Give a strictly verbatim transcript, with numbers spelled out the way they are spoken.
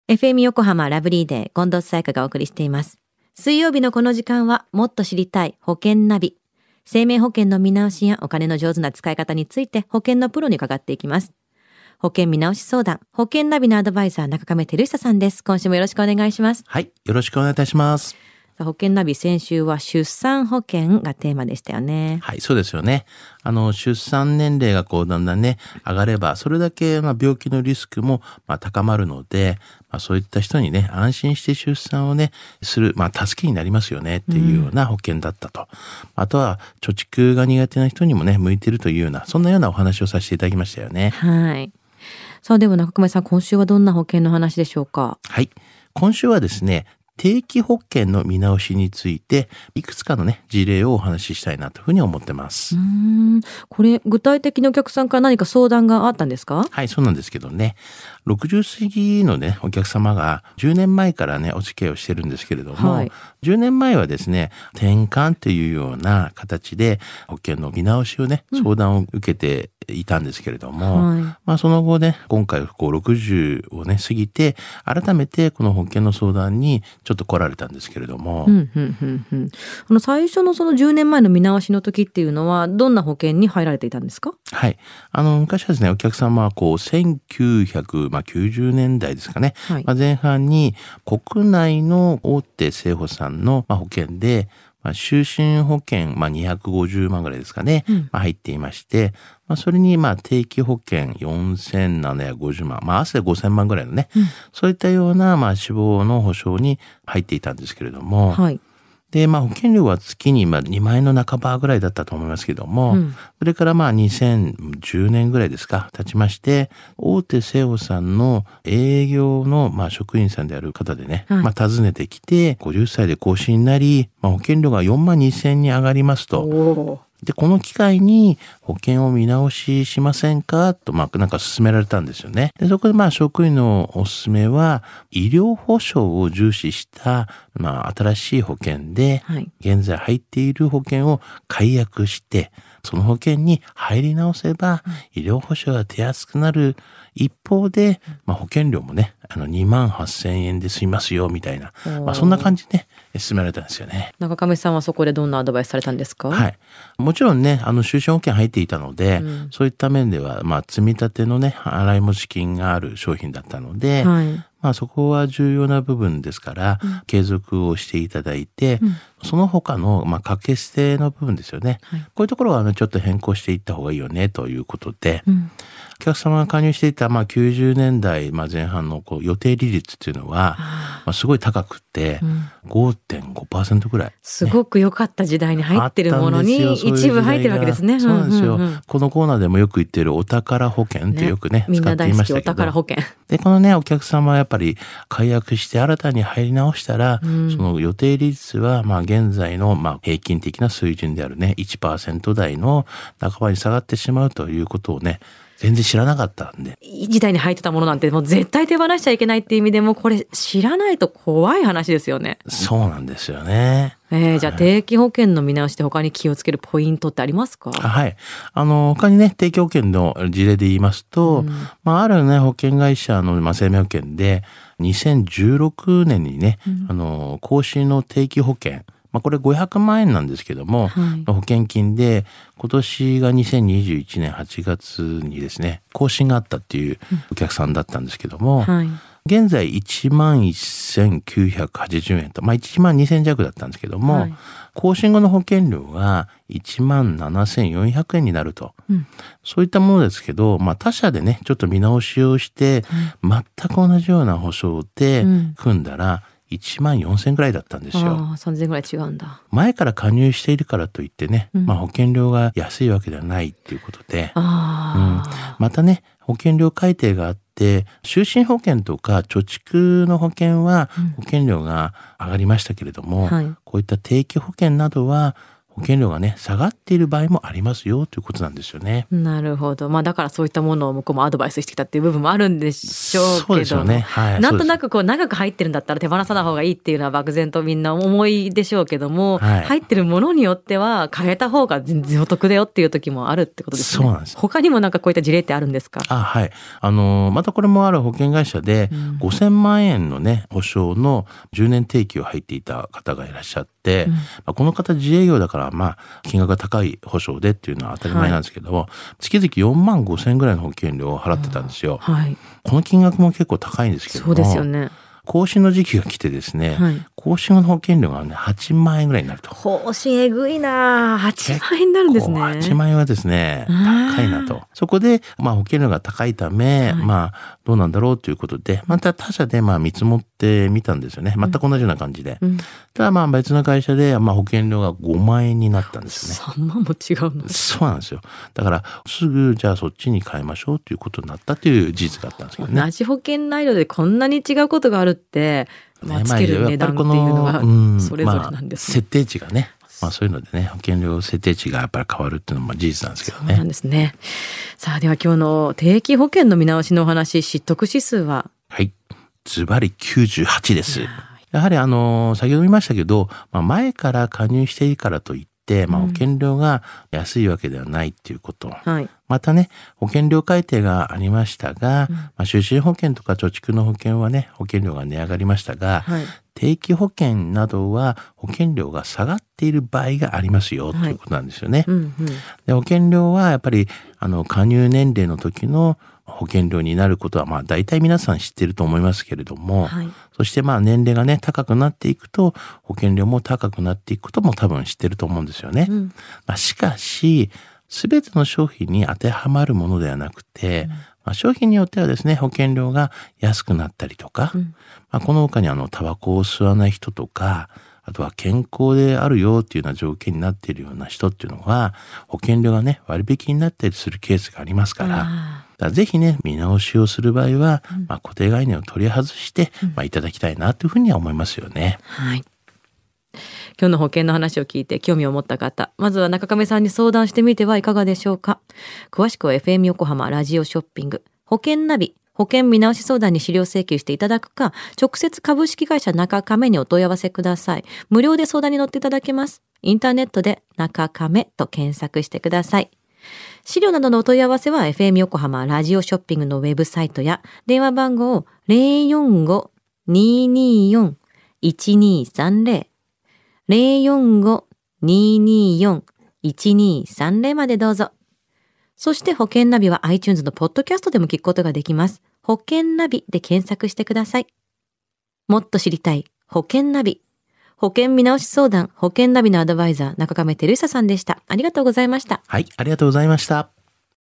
エフエム 横浜ラブリーデー近藤沙耶香がお送りしています。水曜日のこの時間はもっと知りたい保険ナビ。生命保険の見直しやお金の上手な使い方について保険のプロに伺っていきます。保険見直し相談、保険ナビのアドバイザー中亀照久さんです。今週もよろしくお願いします。 はい、よろしくお願いいたします。 保険ナビ、先週は出産保険がテーマでしたよね。 はい、そうですよね。あの出産年齢がこうだんだんね上がれば、それだけまあ病気のリスクもまあ高まるので、まあ、そういった人にね安心して出産をねする、まあ、助けになりますよねっていうような保険だったと、うん、あとは貯蓄が苦手な人にもね向いてるというような、そんなようなお話をさせていただきましたよね。 はい。さあ、では中亀さん、今週はどんな保険の話でしょうか？ はい、今週はですね、定期保険の見直しについていくつかのね事例をお話ししたいなというふうに思ってます。 うーん、これ具体的にお客さんから何か相談があったんですか？ はい、そうなんですけどね、ろくじゅう過ぎのねお客様がじゅうねんまえからねお付き合いをしてるんですけれども、はい、じゅうねんまえはですね転換というような形で保険の見直しをね相談を受けていたんですけれども、うん、はい、まあ、その後ね今回こうろくじゅうをね過ぎて改めてこの保険の相談にちょっと来られたんですけれども、 うんうんうんうん、あの最初のそのじゅうねんまえの見直しの時っていうのはどんな保険に入られていたんですか？ はい、あの昔はですねお客様はこうせんきゅうひゃくきゅうじゅうねんだいですかね、はい、まあ、前半に国内の大手生保さんの保険で、まあ、就寝保険、まあ、にひゃくごじゅうまんぐらいですかね、うん、まあ、入っていまして、まあ、それにまあ定期保険よんせんななひゃくごじゅうまん、まあ、合わせてごせんまんぐらいのね、うん、そういったようなまあ死亡の保障に入っていたんですけれども、はい、で、まあ、保険料は月にまあにまんえんの半ばぐらいだったと思いますけども、うん、それからまあにせんじゅうねんぐらいですか、経ちまして、大手生保さんの営業のまあ職員さんである方でね、はい、まあ訪ねてきて、ごじゅっさいで更新になり、まあ、保険料がよんまんにせんえんに上がりますと。で、この機会に保険を見直ししませんかと、まあ、なんか勧められたんですよね。で、そこでまあ、職員のお勧めは、医療保障を重視した、まあ、新しい保険で、はい、現在入っている保険を解約して、その保険に入り直せば、医療保障が手厚くなる一方で、まあ、保険料もね、あのにまんはっせんえんで済みますよ、みたいな、まあ、そんな感じでね、進められたんですよね。 中亀さんはそこでどんなアドバイスされたんですか？はい。 もちろんね、あの、就寝保険入っていたので、うん、そういった面では、まあ、積み立てのね、払い戻し金がある商品だったので、はい、まあ、そこは重要な部分ですから、うん、継続をしていただいて、うん、その他の、まあ、掛け捨ての部分ですよね。はい、こういうところは、あの、ちょっと変更していった方がいいよね、ということで、うん、お客様が加入していた、まあ、きゅうじゅうねんだい、まあ、前半のこう予定利率っていうのは、まあ、すごい高くて、うん、ごてんごパーセント ぐらい、ね。 すごく良かった時代に入ってるものに一部入ってるわけですね。 そうなんですよ、うんうんうん。このコーナーでもよく言ってるお宝保険ってよくね、ね、 みんな大好き使っていましたけど。 お宝保険。 で、このね、お客様はやっぱり解約して新たに入り直したら、うん、その予定利率は、まあ、現在の、まあ、平均的な水準であるね、いちパーセント 台の半ばに下がってしまうということをね、全然知らなかったんで。 いい時代に入ってたものなんてもう絶対手放しちゃいけないっていう意味でも、これ知らないと怖い話ですよね。 そうなんですよね。 えー、じゃあ定期保険の見直しで他に気をつけるポイントってありますか？ はい。あの、他にね、定期保険の事例で言いますと、うん、まあ、あるね、保険会社の、まあ、生命保険で、にせんじゅうろくねんにね、うん、あの、更新の定期保険、まあ、これごひゃくまんえんなんですけども、はい、保険金で今年がにせんにじゅういちねんはちがつにですね更新があったっていうお客さんだったんですけども、うん、はい、現在いちまんせんきゅうひゃくはちじゅうえんと、まあ、いちまんにせん弱だったんですけども、はい、更新後の保険料がいちまんななせんよんひゃくえんになると、うん、そういったものですけど、まあ、他社でねちょっと見直しをして、うん、全く同じような保証で組んだら、うん、いちまんよんせんぐらいだったんですよ。 ああ、さんぜんぐらい違うんだ。 前から加入しているからといってね、うん、まあ保険料が安いわけではないっていうことで、あ、うん、またね、保険料改定があって、就寝保険とか貯蓄の保険は保険料が上がりましたけれども、うん、はい、こういった定期保険などは保険料がね下がっている場合もありますよということなんですよね。 なるほど。まあだからそういったものを向こうもアドバイスしてきたっていう部分もあるんでしょうけど、 そうですよね、はい、 なんとなくこう長く入ってるんだったら手放さない方がいいっていうのは漠然とみんな思いでしょうけども、はい、入ってるものによっては変えた方が全然お得だよっていう時もあるってことですね。 そうなんです。 他にもなんかこういった事例ってあるんですか？ あ、はい。あのまたこれもある保険会社でごせんまんえんのね保証のじゅうねん定期を入っていた方がいらっしゃって、うん、まあ、この方自営業だからまあ金額が高い保証でっていうのは当たり前なんですけども、はい、月々よんまんごせんえんぐらいの保険料を払ってたんですよ、はい、この金額も結構高いんですけども、 そうですよね。 更新の時期が来てですね、はい、更新の保険料がねはちまんえんぐらいになると。 更新えぐいな。はちまんえんになるんですね。 はちまんえんはですね高いなと。そこでまあ保険料が高いため、はい、まあどうなんだろうということでまた他社でまあ見積もってみたんですよね。全く同じような感じで、うん、ただまあ別の会社でまあ保険料がごまんえんになったんですよね。 さんまんも違うの。 そうなんですよ。だからすぐじゃあそっちに変えましょうということになったという事実があったんですけどね。 同じ保険内容でこんなに違うことがあるって、まあ、つける値段っていうのがそれぞれなんですね。 設定値がね、まあ、そういうのでね保険料設定値がやっぱり変わるっていうのも事実なんですけどね。 そうなんですね。さあでは今日の定期保険の見直しのお話、知得指数は？ はいズバリきゅうじゅうはちです。やはりあの先ほど言いましたけど、まあ、前から加入していいからといって、まあ、保険料が安いわけではないっていうこと、うん、はい、またね保険料改定がありましたが、うん、まあ、就寝保険とか貯蓄の保険はね保険料が値上がりましたが、はい、定期保険などは保険料が下がっている場合がありますよ、はい、ということなんですよね、うんうん、で保険料はやっぱりあの加入年齢の時の保険料になることはまあ大体皆さん知っていると思いますけれども、はい、そしてまあ年齢がね高くなっていくと保険料も高くなっていくことも多分知ってると思うんですよね、うん、まあ、しかし全ての商品に当てはまるものではなくて、うん、まあ、商品によってはですね保険料が安くなったりとか、うん、まあ、この他にあのタバコを吸わない人とかあとは健康であるよっていうような条件になっているような人っていうのは保険料がね割引になったりするケースがありますから、だからぜひね見直しをする場合は、うん、まあ、固定概念を取り外して、うん、まあ、いただきたいなというふうには思いますよね。 はい。今日の保険の話を聞いて興味を持った方、まずは中亀さんに相談してみてはいかがでしょうか。詳しくは エフエム 横浜ラジオショッピング保険ナビ保険見直し相談に資料請求していただくか、直接株式会社中亀にお問い合わせください。無料で相談に乗っていただけます。インターネットで中亀と検索してください。資料などのお問い合わせは エフエム 横浜ラジオショッピングのウェブサイトや電話番号 ゼロよんご にーにーよん いちにーさんゼロ ゼロよんご にーにーよん いちにーさんゼロ までどうぞ。そして保険ナビは iTunes のポッドキャストでも聞くことができます。保険ナビで検索してください。もっと知りたい保険ナビ。保険見直し相談保険ナビのアドバイザー中亀照久さんでした。ありがとうございました。 はい、ありがとうございました。